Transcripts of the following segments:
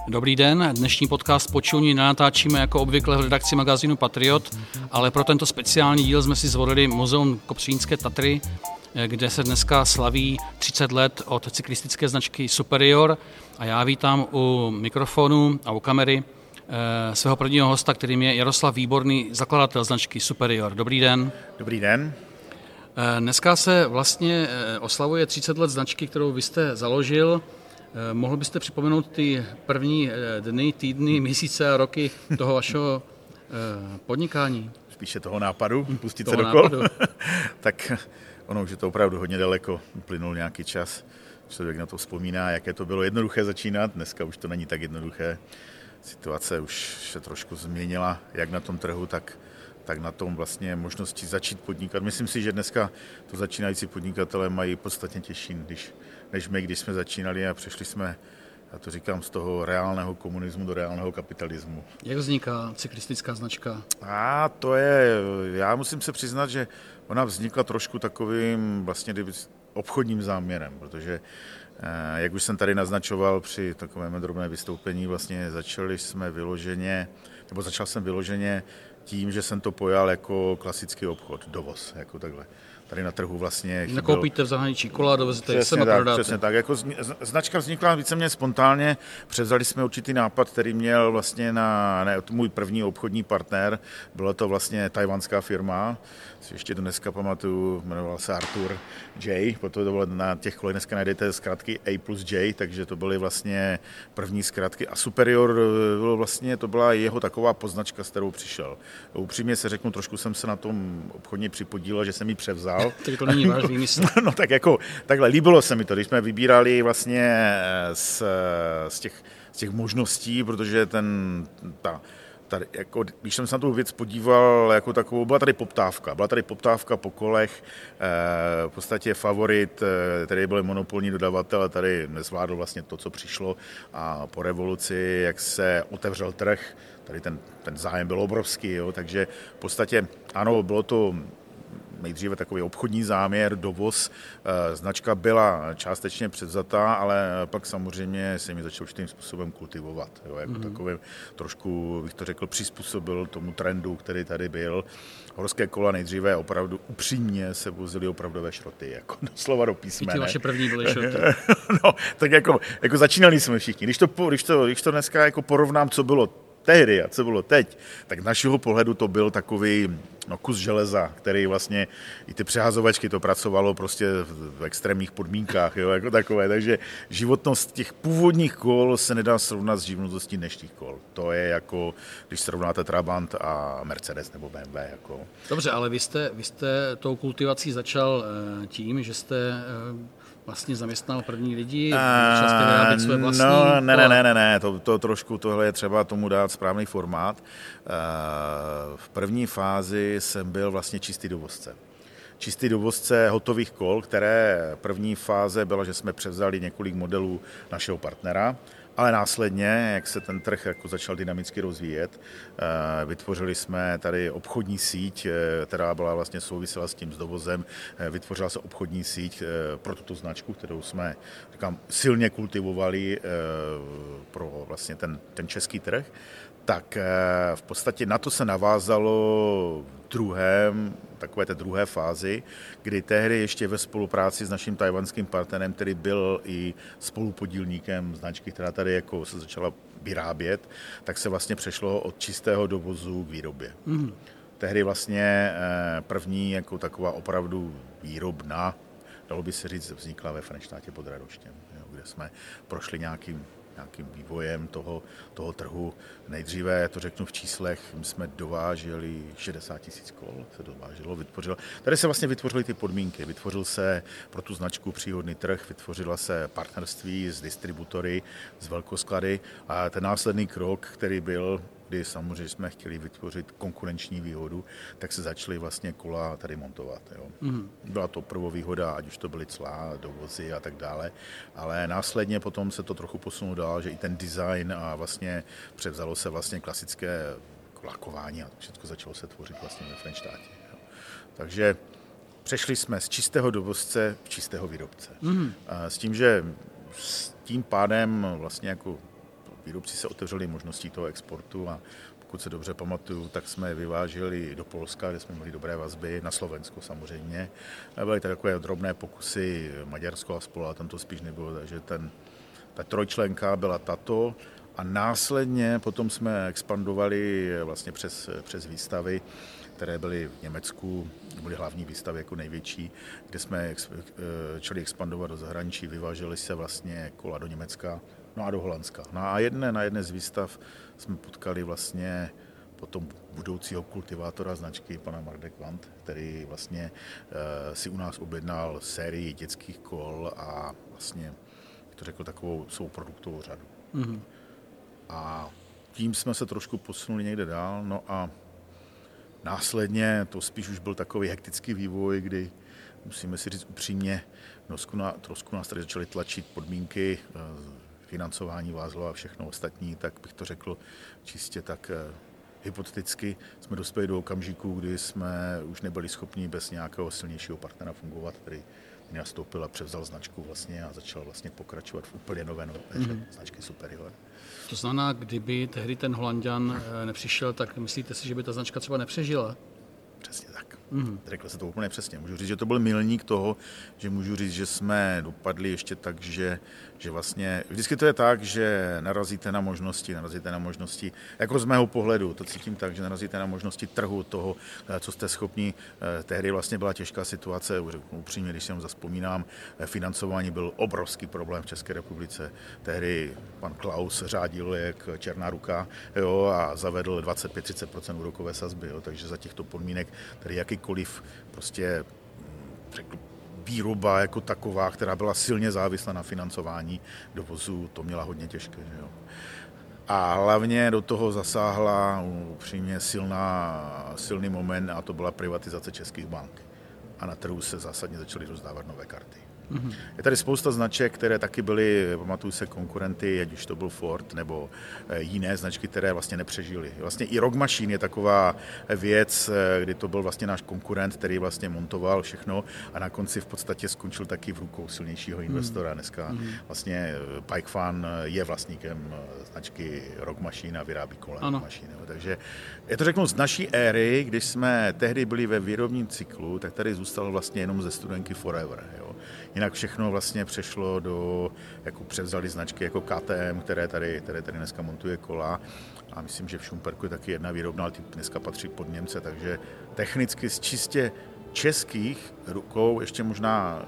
Dobrý den, dnešní podcast Počuní nenatáčíme jako obvykle v redakci magazínu Patriot, ale pro tento speciální díl jsme si zvolili Muzeum Kopřivnické Tatry, kde se dneska slaví 30 let od cyklistické značky Superior a já vítám u mikrofonu a u kamery svého prvního hosta, kterým je Jaroslav Výborný, zakladatel značky Superior. Dobrý den. Dobrý den. Dneska se vlastně oslavuje 30 let značky, kterou vy jste založil. Mohl byste připomenout ty první dny, týdny, měsíce a roky toho vašeho podnikání? Spíše toho nápadu, pustit se do kol. Tak ono už je to opravdu hodně daleko, uplynul nějaký čas. Člověk na to vzpomíná, jaké to bylo jednoduché začínat. Dneska už to není tak jednoduché. Situace už se trošku změnila, jak na tom trhu, tak na tom vlastně možnosti začít podnikat. Myslím si, že dneska to začínající podnikatelé mají podstatně těžší, než my, když jsme začínali a přešli jsme, já to říkám, z toho reálného komunismu do reálného kapitalismu. Jak vzniká cyklistická značka? Já musím se přiznat, že ona vznikla trošku takovým vlastně obchodním záměrem, protože jak už jsem tady naznačoval při takovém drobném vystoupení, vlastně začal jsem vyloženě tím, že jsem to pojal jako klasický obchod, dovoz, jako takhle. Tady na trhu vlastně nakoupíte v zahraničí kola, dovezete je sem a prodáte. Přesně tak. Jako značka vznikla víceméně spontánně. Převzali jsme určitý nápad, který měl vlastně můj první obchodní partner. Byla to vlastně tajvanská firma, si ještě dneska pamatuju, jmenoval se Arthur J. Potom to bylo na těch kolech dneska najdete zkratky A plus J, takže to byly vlastně první zkratky. A Superior to byla jeho taková poznačka, s kterou přišel. Upřímně se řeknu, trošku jsem se na tom obchodně připodílel, že jsem ji převzal. Tak to není váš výmysl. No tak jako, takhle, líbilo se mi to, když jsme vybírali vlastně z těch možností, protože jako, když jsem se na tu věc podíval, jako takovou, byla tady poptávka po kolech, v podstatě favorit, který byl monopolní dodavatel, tady nezvládl vlastně to, co přišlo a po revoluci, jak se otevřel trh, tady ten zájem byl obrovský, jo, takže v podstatě ano, bylo to nejdříve takový obchodní záměr, dovoz. Značka byla částečně převzatá, ale pak samozřejmě se mi začal určitým způsobem kultivovat. Jo, jako takovým trošku, bych to řekl, přizpůsobil tomu trendu, který tady byl. Horské kola nejdříve opravdu upřímně se vozily opravdové šroty, jako doslova do písmene. Ty vaše první byly šroty. No, tak jako začínali jsme všichni. Když to dneska jako porovnám, co bylo tehdy a co bylo teď, tak z našeho pohledu to byl takový kus železa, který vlastně i ty přehazovačky to pracovalo prostě v extrémních podmínkách, jo, jako takové. Takže životnost těch původních kol se nedá srovnat s životností dnešních kol. To je jako, když srovnáte Trabant a Mercedes nebo BMW. Jako. Dobře, ale vy jste tou kultivací začal tím, že jste vlastně zaměstnal první lidi, často vyrábět své vlastní kola. Ne, to trošku, tohle je třeba tomu dát správný formát. V první fázi jsem byl vlastně čistý dovozce hotových kol, které první fáze byla, že jsme převzali několik modelů našeho partnera, ale následně, jak se ten trh jako začal dynamicky rozvíjet, vytvořili jsme tady obchodní síť, která byla vlastně souvisela s tím s dovozem, vytvořila se obchodní síť pro tuto značku, kterou jsme silně kultivovali pro vlastně ten český trh. Tak v podstatě na to se navázalo takové té druhé fázi, kdy tehdy ještě ve spolupráci s naším tajvanským partnerem, který byl i spolupodílníkem značky, která tady jako se začala vyrábět, tak se vlastně přešlo od čistého dovozu k výrobě. Tehdy vlastně první jako taková opravdu výrobna, dalo by se říct, vznikla ve Frenštátě pod Radoštěm, kde jsme prošli nějakým vývojem toho trhu. Nejdříve, to řeknu v číslech, my jsme dováželi 60 000 kol, se dováželo, tady se vlastně vytvořily ty podmínky, vytvořil se pro tu značku příhodný trh, vytvořila se partnerství s distributory, s velkosklady a ten následný krok, který byl, kdy samozřejmě jsme chtěli vytvořit konkurenční výhodu, tak se začaly vlastně kola tady montovat. Jo. Byla to prvovýhoda, ať už to byly cla, dovozy a tak dále, ale následně potom se to trochu posunulo dál, že i ten design a vlastně převzalo se vlastně klasické lakování a všechno začalo se tvořit vlastně ve Frenštátě. Jo. Takže přešli jsme z čistého dovozce v čistého výrobce. S tím, že s tím pádem vlastně jako výrobci se otevřeli možností toho exportu a pokud se dobře pamatuju, tak jsme vyváželi do Polska, kde jsme měli dobré vazby, na Slovensko samozřejmě. Byly takové drobné pokusy Maďarsko a spolu, a tam to spíš nebylo, takže ta trojčlenka byla tato a následně potom jsme expandovali vlastně přes výstavy, které byly v Německu, byly hlavní výstavy jako největší, kde jsme začali expandovat do zahraničí, vyváželi se vlastně kola do Německa, no a do Holandska. No a na jedné z výstav jsme potkali vlastně potom budoucího kultivátora značky, pana Marde Quant, který vlastně si u nás objednal sérii dětských kol a vlastně, jak to řekl, takovou svou produktovou řadu. Mm-hmm. A tím jsme se trošku posunuli někde dál, no a následně to spíš už byl takový hektický vývoj, kdy musíme si říct upřímně, trošku nás tady začaly tlačit podmínky, financování vázlo a všechno ostatní, tak bych to řekl čistě tak hypoteticky. Jsme dospěli do okamžiku, kdy jsme už nebyli schopni bez nějakého silnějšího partnera fungovat, který nastoupil a převzal značku vlastně a začal vlastně pokračovat v úplně nové značky Superior. To znamená, kdyby tehdy ten Holanďan nepřišel, tak myslíte si, že by ta značka třeba nepřežila? Přesně tak. Řekl se to úplně přesně. Můžu říct, že to byl milník toho, že můžu říct, že jsme dopadli ještě tak, že vlastně vždycky to je tak, že narazíte na možnosti, jako z mého pohledu, to cítím tak, že narazíte na možnosti trhu toho, co jste schopni. Tehdy vlastně byla těžká situace, upřímně, když si jenom zavzpomínám, financování byl obrovský problém v České republice. Tehdy pan Klaus řádil jak černá ruka, jo, a zavedl 25-30% úrokové sazby, jo, takže za těchto podmínek tady jakýkoliv prostě řekl, výroba jako taková, která byla silně závislá na financování dovozu, to měla hodně těžké. Že jo. A hlavně do toho zasáhla upřímně silný moment a to byla privatizace českých bank. A na trhu se zásadně začaly rozdávat nové karty. Je tady spousta značek, které taky byly, pamatuju se, konkurenty, ať už to byl Ford nebo jiné značky, které vlastně nepřežily. Vlastně i Rock Machine je taková věc, kdy to byl vlastně náš konkurent, který vlastně montoval všechno a na konci v podstatě skončil taky v rukou silnějšího investora. Dneska vlastně Bike Fan je vlastníkem značky Rock Machine a vyrábí kola Rock Machine. Takže je to řeknu z naší éry, když jsme tehdy byli ve výrobním cyklu, tak tady zůstalo vlastně jenom ze Studenky Forever. Jo. Jinak všechno vlastně přešlo jako převzali značky jako KTM, které tady dneska montuje kola a myslím, že v Šumperku je taky jedna výrobna, ale ty dneska patří pod Němce, takže technicky z čistě českých rukou, ještě možná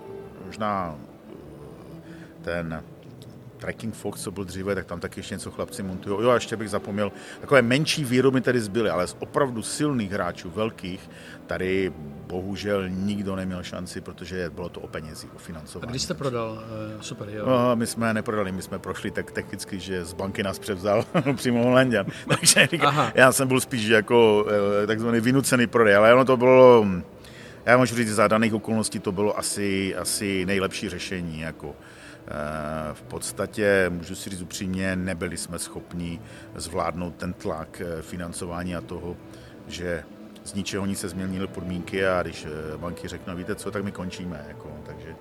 ten Trekking Fox, co byl dříve, tak tam taky ještě něco chlapci montují. Jo, a ještě bych zapomněl, takové menší výroby tady zbyly, ale z opravdu silných hráčů, velkých, tady bohužel nikdo neměl šanci, protože bylo to o penězích, o financování. A když jste prodal Superior? No, my jsme neprodali, my jsme prošli tak technicky, že z banky nás převzal přímo Holanďan. Takže já jsem byl spíš jako takzvaný vynucený prodej, ale ono to bylo, já můžu říct, za daných okolností to bylo asi nejlepší řešení, jako v podstatě, můžu si říct upřímně, nebyli jsme schopni zvládnout ten tlak financování a toho, že z ničeho nic se změnily podmínky a když banky řeknou, víte co, tak my končíme. Takže,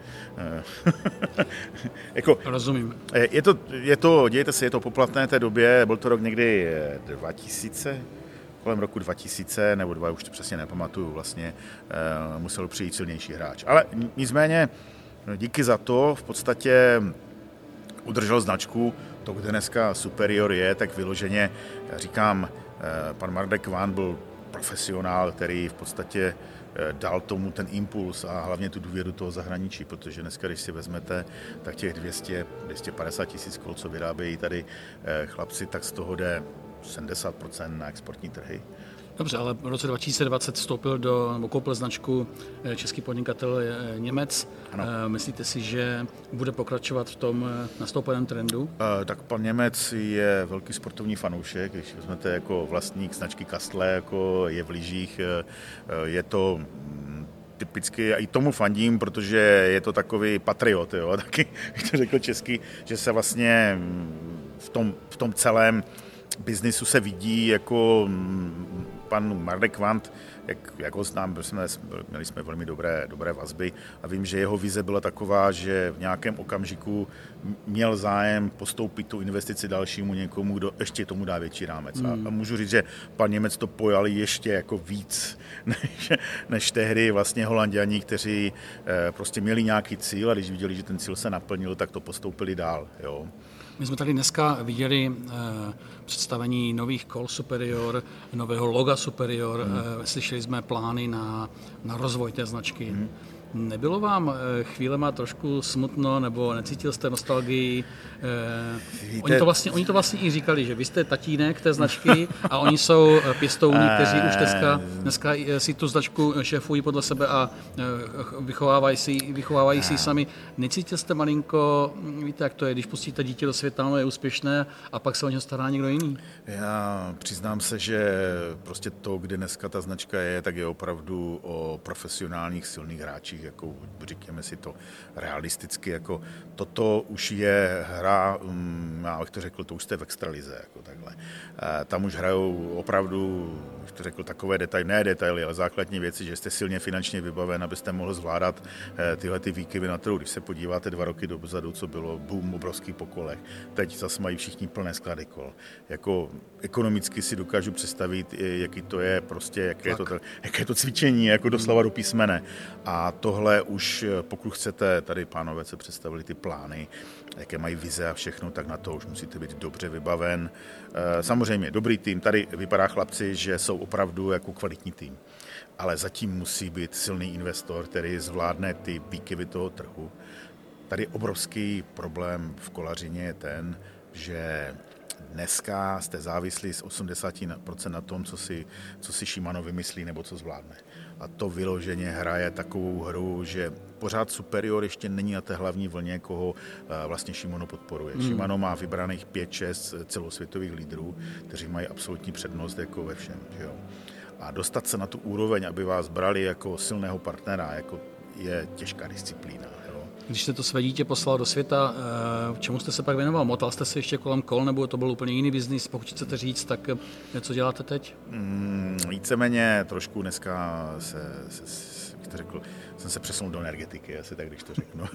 rozumím. Je to poplatné té době, byl to rok někdy 2000, kolem roku 2000, nebo 2, už to přesně nepamatuju, vlastně musel přijít silnější hráč. Ale nicméně, díky za to v podstatě udržel značku, to, kde dneska Superior je, tak vyloženě, já říkám, pan Marde Quant byl profesionál, který v podstatě dal tomu ten impuls a hlavně tu důvěru toho zahraničí, protože dneska, když si vezmete, tak těch 250 tisíc kol, co vyrábějí tady chlapci, tak z toho jde 70% na exportní trhy. Dobře, ale v roce 2020 vstoupil nebo koupil značku český podnikatel Němec. Ano. Myslíte si, že bude pokračovat v tom nastoupeném trendu? Tak pan Němec je velký sportovní fanoušek, když vezmete jako vlastník značky Kastle, jako je v lyžích, je to typicky, a i tomu fandím, protože je to takový patriot, jo, taky, jak to řekl česky, že se vlastně v tom celém biznisu se vidí jako pan Marek Kvant, jak ho znám, měli jsme velmi dobré vazby a vím, že jeho vize byla taková, že v nějakém okamžiku měl zájem postoupit tu investici dalšímu někomu, kdo ještě tomu dá větší rámec. A můžu říct, že pan Němec to pojali ještě jako víc než tehdy vlastně Holanďani, kteří prostě měli nějaký cíl a když viděli, že ten cíl se naplnil, tak to postoupili dál. Jo. My jsme tady dneska viděli představení nových kol Superior, nového loga Superior, slyšeli jsme plány na rozvoj té značky. Nebylo vám chvílema trošku smutno, nebo necítil jste nostalgii? Oni to vlastně i říkali, že vy jste tatínek té značky a oni jsou pěstouni, kteří už dneska si tu značku šéfují podle sebe a vychovávají si sami. Necítil jste malinko, víte, jak to je, když pustíte dítě do světa, ono je úspěšné a pak se o něho stará někdo jiný? Já přiznám se, že prostě to, kde dneska ta značka je, tak je opravdu o profesionálních silných hráčích, jako říkáme si to realisticky, jako toto už je hra, já bych to řekl, to už jste v extralize, jako takhle. Tam už hrajou opravdu, bych to řekl, takové detaily, ale základní věci, že jste silně finančně vybaven, abyste mohl zvládat tyhle ty výkyvy na trhu. Když se podíváte 2 roky dozadu, co bylo boom obrovský po kolech, teď zase mají všichni plné sklady kol. Jako ekonomicky si dokážu představit, jaký to je, prostě, jaké je to cvičení, jako doslova do písmene. A tohle už, pokud chcete, tady pánové se představili ty plány, jaké mají vize a všechno, tak na to už musíte být dobře vybaven. Samozřejmě dobrý tým, tady vypadá chlapci, že jsou opravdu jako kvalitní tým, ale zatím musí být silný investor, který zvládne ty výkyvy toho trhu. Tady obrovský problém v kolařině je ten, že dneska jste závislí z 80% na tom, co si Shimano vymyslí nebo co zvládne. A to vyloženě hraje takovou hru, že pořád Superior ještě není na té hlavní vlně, koho vlastně Shimano podporuje. Shimano má vybraných 5-6 celosvětových lídrů, kteří mají absolutní přednost jako ve všem. Jo. A dostat se na tu úroveň, aby vás brali jako silného partnera, jako je těžká disciplína. Když jste to své dítě poslal do světa, čemu jste se pak věnoval? Motal jste se ještě kolem kol, nebo to byl úplně jiný biznis? Pokud chcete říct, tak co děláte teď? Víceméně trošku dneska jak to řekl, jsem se přesunul do energetiky, asi tak, když to řeknu.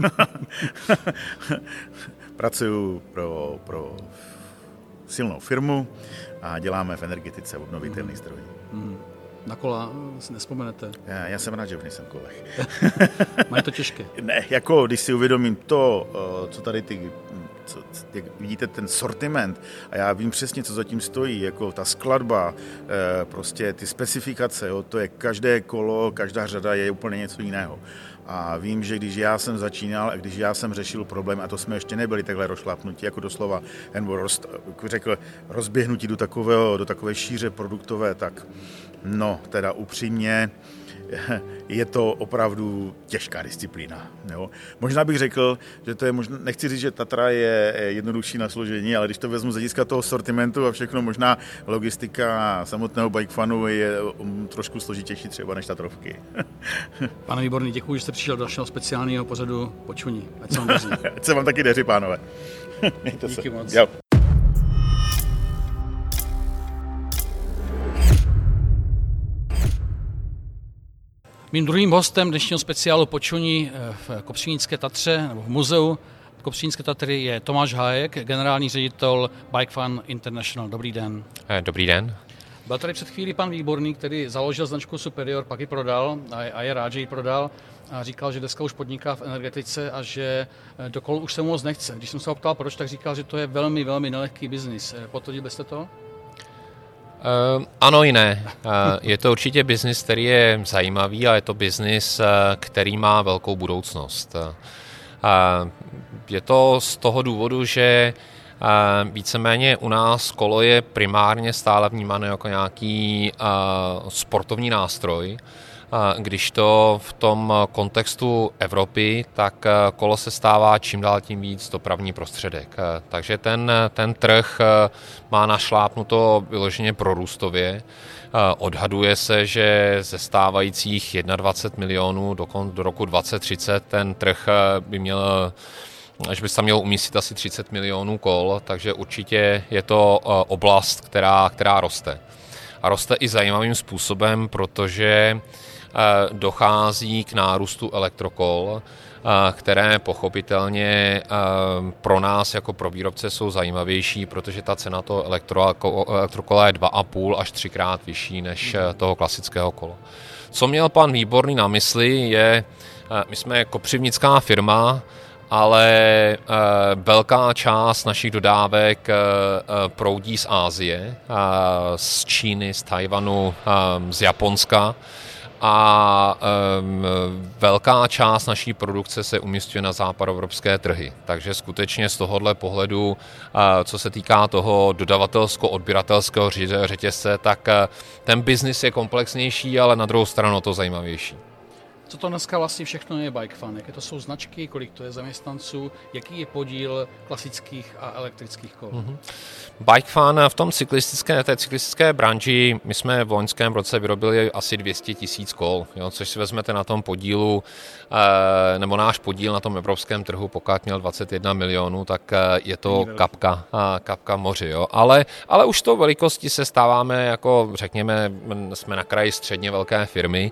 Pracuju pro silnou firmu a děláme v energetice obnovitelných zdrojů. Na kola si nespomenete? Já jsem rád, že nejsem kolech. Mají to těžké? Ne, jako když si uvědomím to, co tady jak vidíte ten sortiment a já vím přesně, co zatím stojí, jako ta skladba, prostě ty specifikace, jo, to je každé kolo, každá řada je úplně něco jiného. A vím, že když já jsem začínal a když já jsem řešil problém, a to jsme ještě nebyli takhle rozšlápnutí, jako doslova rozběhnutí do takové šíře produktové, tak no, teda upřímně, je to opravdu těžká disciplína. Jo. Možná bych řekl, že to je nechci říct, že Tatra je jednodušší na složení, ale když to vezmu z hlediska toho sortimentu a všechno, možná logistika samotného bike fanu je trošku složitější třeba než Tatrovky. Pane Výborný, děkuji, že jste přišel do našeho speciálního pořadu Počuní. Ať se vám daří. Ať se vám taky daří, pánové. Díky moc. Jo. Mým druhým hostem dnešního speciálu Počuní v Kopřivnické Tatře, nebo v muzeu Kopřivnické Tatry, je Tomáš Hájek, generální ředitel Bike Fun International. Dobrý den. Dobrý den. Byl tady před chvílí pan Výborný, který založil značku Superior, pak ji prodal a je rád, že ji prodal. A říkal, že dneska už podniká v energetice a že do kol už se mu moc nechce. Když jsem se ho ptal proč, tak říkal, že to je velmi, velmi nelehký biznis. Potvrdil byste to? Ano i ne. Je to určitě biznis, který je zajímavý a je to biznis, který má velkou budoucnost. Je to z toho důvodu, že víceméně u nás kolo je primárně stále vnímané jako nějaký sportovní nástroj, když to v tom kontextu Evropy, tak kolo se stává čím dál tím víc dopravní prostředek. Takže ten trh má našlápnuto vyloženě prorůstově. Odhaduje se, že ze stávajících 21 milionů do roku 2030 ten trh by měl, až by se tam mělo umístit asi 30 milionů kol, takže určitě je to oblast, která roste. a roste i zajímavým způsobem, protože dochází k nárůstu elektrokol, které pochopitelně pro nás jako pro výrobce jsou zajímavější, protože ta cena toho elektrokola je 2,5 až 3krát vyšší než toho klasického kola. Co měl pan Výborný na mysli je, my jsme kopřivnická firma, ale velká část našich dodávek proudí z Asie, z Číny, z Tajvanu, z Japonska a velká část naší produkce se umísťuje na západoevropské trhy. Takže skutečně z tohohle pohledu, co se týká toho dodavatelsko-odběratelského řetězce, tak ten biznis je komplexnější, ale na druhou stranu to zajímavější. Co to dneska vlastně všechno je Bike Fan? Jaké to jsou značky, kolik to je zaměstnanců, jaký je podíl klasických a elektrických kol? Bike Fan v tom cyklistické branži, my jsme v loňském roce vyrobili asi 200 000 kol, jo, což si vezmete na tom podílu, nebo náš podíl na tom evropském trhu, pokud měl 21 milionů, tak je to kapka moři. Jo. Ale už tou velikostí se stáváme, jako řekněme, jsme na kraji středně velké firmy,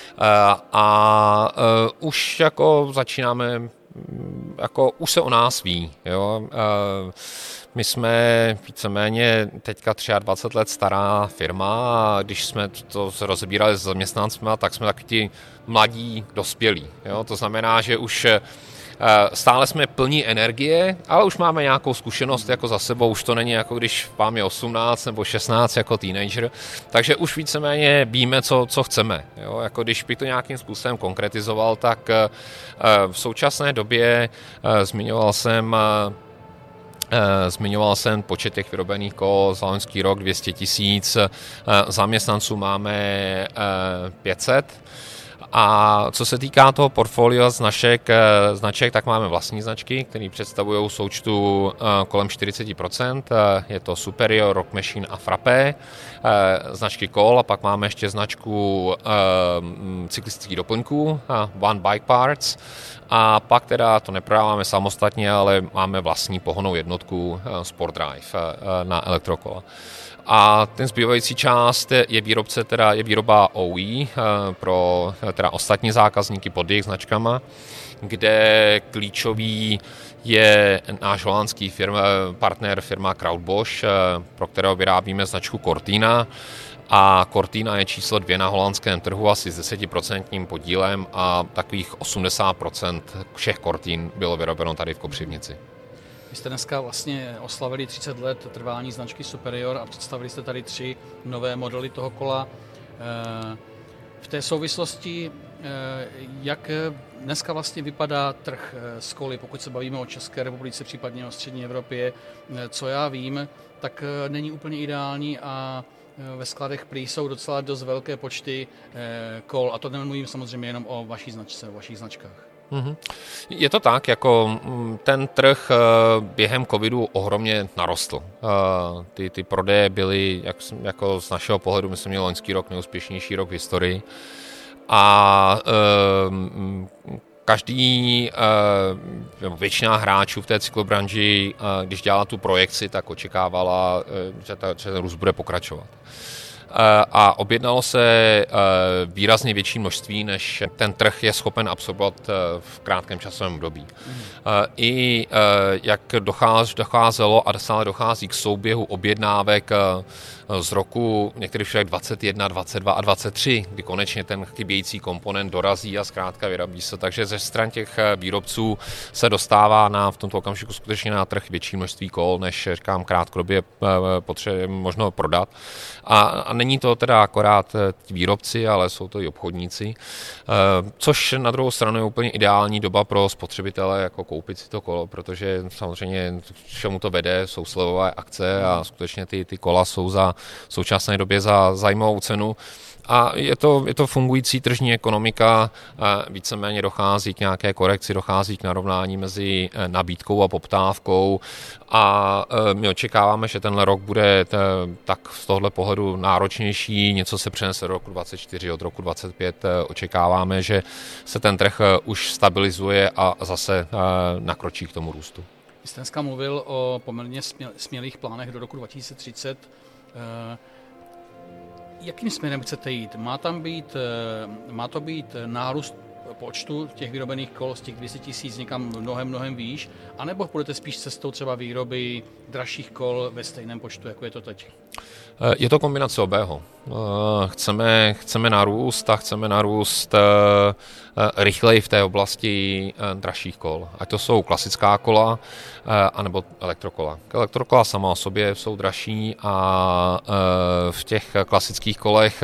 a už jako začínáme, jako už se o nás ví. Jo. My jsme víceméně teďka 23 let stará firma a když jsme to rozebírali s zaměstnancmi, tak jsme taky ti mladí dospělí. Jo. To znamená, že už stále jsme plní energie, ale už máme nějakou zkušenost jako za sebou, už to není jako když vám je 18 nebo 16 jako teenager, takže už víceméně víme, co chceme. Jo? Jako když bych to nějakým způsobem konkretizoval, tak v současné době zmiňoval jsem počet těch vyrobených kol za loňský rok 200 000, zaměstnanců máme 500. A co se týká toho portfolia značek, tak máme vlastní značky, které představují v součtu kolem 40%. Je to Superior, Rock Machine a Frappé, značky kol, a pak máme ještě značku cyklistických doplňků, One Bike Parts, a pak teda to neprodáváme samostatně, ale máme vlastní pohonnou jednotku Sport Drive na elektrokola. A ten zbývající část je výroba OE pro teda ostatní zákazníky pod jejich značkama, kde klíčový je náš holandský partner firma Krautbosch, pro kterého vyrábíme značku Cortina. A Cortina je číslo 2 na holandském trhu asi s 10% podílem a takových 80% všech Cortin bylo vyrobeno tady v Kopřivnici. Vy jste dneska vlastně oslavili 30 let trvání značky Superior a představili jste tady 3 nové modely toho kola. V té souvislosti, jak dneska vlastně vypadá trh s koly, pokud se bavíme o České republice, případně o střední Evropě, co já vím, tak není úplně ideální a ve skladech prý jsou docela dost velké počty kol, a to nemluvím samozřejmě jenom o vaší značce, o vašich značkách. Je to tak, jako ten trh během covidu ohromně narostl. Ty prodeje byly, jako z našeho pohledu, my jsme měli loňský rok nejúspěšnější rok v historii. A většina hráčů v té cyklobranži, když dělala tu projekci, tak očekávala, že ten růst bude pokračovat. A objednalo se výrazně větší množství, než ten trh je schopen absorbovat v krátkém časovém období. I jak docházelo a stále dochází k souběhu objednávek z roku některých však 21, 22 a 23, kdy konečně ten chybějící komponent dorazí a zkrátka vyrobí se. Takže ze stran těch výrobců se dostává v tomto okamžiku skutečně na trh větší množství kol, než říkám krátkodobě možno prodat. A není to teda akorát výrobci, ale jsou to i obchodníci, což na druhou stranu je úplně ideální doba pro spotřebitele jako koupit si to kolo, protože samozřejmě všemu to vede, jsou slevové akce a skutečně ty kola jsou v současné době za zajímavou cenu. A je to fungující tržní ekonomika, víceméně dochází k nějaké korekci, dochází k narovnání mezi nabídkou a poptávkou a my očekáváme, že tenhle rok bude tak z tohohle pohledu náročnější, něco se přenese do roku 2024, od roku 2025 očekáváme, že se ten trh už stabilizuje a zase nakročí k tomu růstu. Vy jste dneska mluvil o poměrně smělých plánech do roku 2030. Jakým směrem chcete jít? Má to být nárůst počtu těch vyrobených kol z těch 200 000 někam mnohem výš, anebo půjdete spíš cestou třeba výroby dražších kol ve stejném počtu, jako je to teď? Je to kombinace obého. Chceme narůst a chceme narůst rychleji v té oblasti dražších kol. Ať to jsou klasická kola, anebo elektrokola. Elektrokola sama o sobě jsou dražší a v těch klasických kolech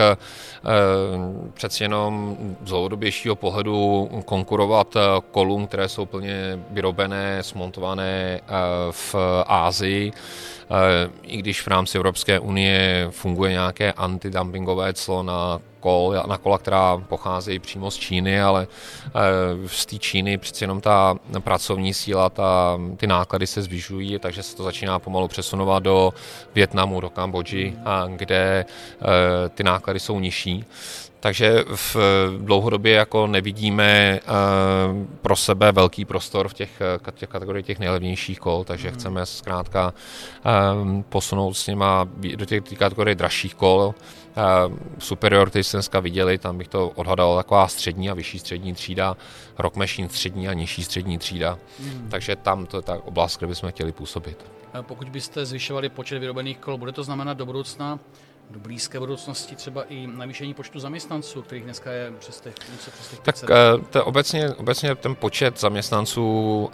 přeci jenom z dlouhodobějšího pohledu konkurovat kolům, které jsou plně vyrobené, smontované v Asii, i když v rámci Evropské unie funguje nějaké antidumpingové clo na kola, která pocházejí přímo z Číny, ale z té Číny přeci jenom ta pracovní síla, ty náklady se zvyšují, takže se to začíná pomalu přesunovat do Vietnamu, do Kambodži, kde ty náklady jsou nižší. Takže v dlouhodobě jako nevidíme pro sebe velký prostor v těch kategoriích těch nejlevnějších kol, takže chceme zkrátka posunout s nima do těch kategorii dražších kol. Superiority jsme dneska viděli, tam bych to odhadal taková střední a vyšší střední třída, Rock Machine střední a nižší střední třída. Takže tam to je ta oblast, kde bychom chtěli působit. Pokud byste zvyšovali počet vyrobených kol, bude to znamenat do budoucna, do blízké budoucnosti třeba i navýšení počtu zaměstnanců, kterých dneska je přes těch 500? Tak to obecně ten počet zaměstnanců,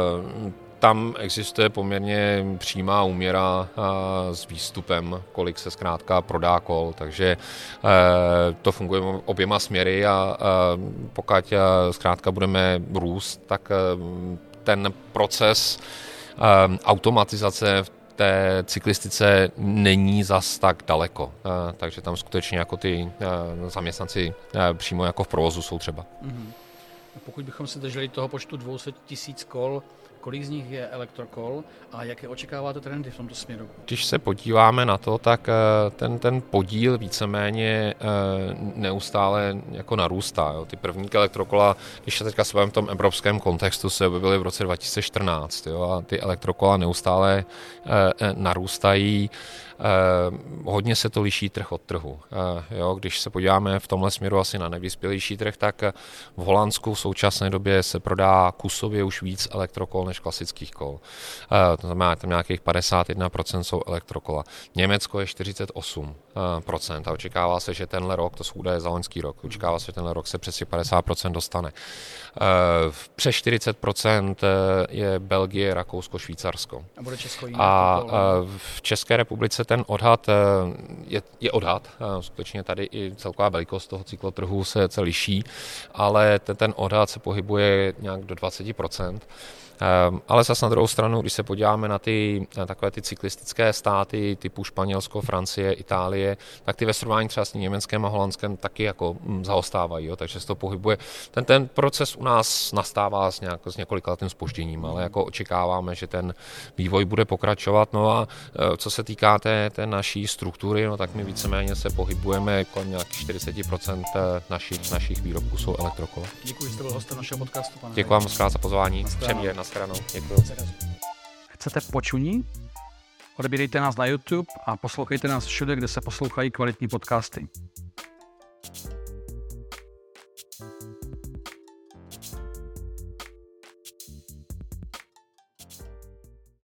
tam existuje poměrně přímá úměra s výstupem, kolik se zkrátka prodá kol, takže to funguje oběma směry a pokud zkrátka budeme růst, tak ten proces automatizace v té cyklistice není zas tak daleko, takže tam skutečně jako ty zaměstnanci přímo jako v provozu jsou třeba. Pokud bychom se drželi toho počtu 200 000 kol, kolik z nich je elektrokol a jaké očekáváte trendy v tomto směru? Když se podíváme na to, tak ten podíl víceméně neustále jako narůstá. Jo. Ty první elektrokola, když se teďka se bavím v tom evropském kontextu, se objevily v roce 2014, jo, a ty elektrokola neustále narůstají. Hodně se to liší trh od trhu. Jo, když se podíváme v tomhle směru asi na nevyspělejší trh, tak v Holandsku v současné době se prodá kusově už víc elektrokol než klasických kol. To znamená, tam nějakých 51% jsou elektrokola. Německo je 48% a očekává se, že tenhle rok, to jsou údaje za loňský rok, očekává se, že tenhle rok se přes 50% dostane. Přes 40% je Belgie, Rakousko, Švýcarsko. A bude Česko jiný? A v České republice ten odhad je odhad. Skutečně tady i celková velikost toho cyklotrhu se liší, ale ten odhad se pohybuje nějak do 20%. Ale zase na druhou stranu, když se podíváme na takové ty cyklistické státy typu Španělsko, Francie, Itálie, tak ty ve srovnání třeba s Německem a Holandskem taky jako zaostávají, jo, takže se to pohybuje. Ten proces u nás nastává s několikaletým zpožděním, ale jako očekáváme, že ten vývoj bude pokračovat. No a co se týká té naší struktury, no tak my víceméně se pohybujeme kolem nějakých 40% našich výrobků jsou elektrokola. Děkuji, že jste byl hostem našeho podcastu, pane. Děkuji vám moc krát za pozvání. Příjemně, nashledanou. Děkuji. Chcete Počuní? Odebírejte nás na YouTube a poslouchejte nás všude, kde se poslouchají kvalitní podcasty.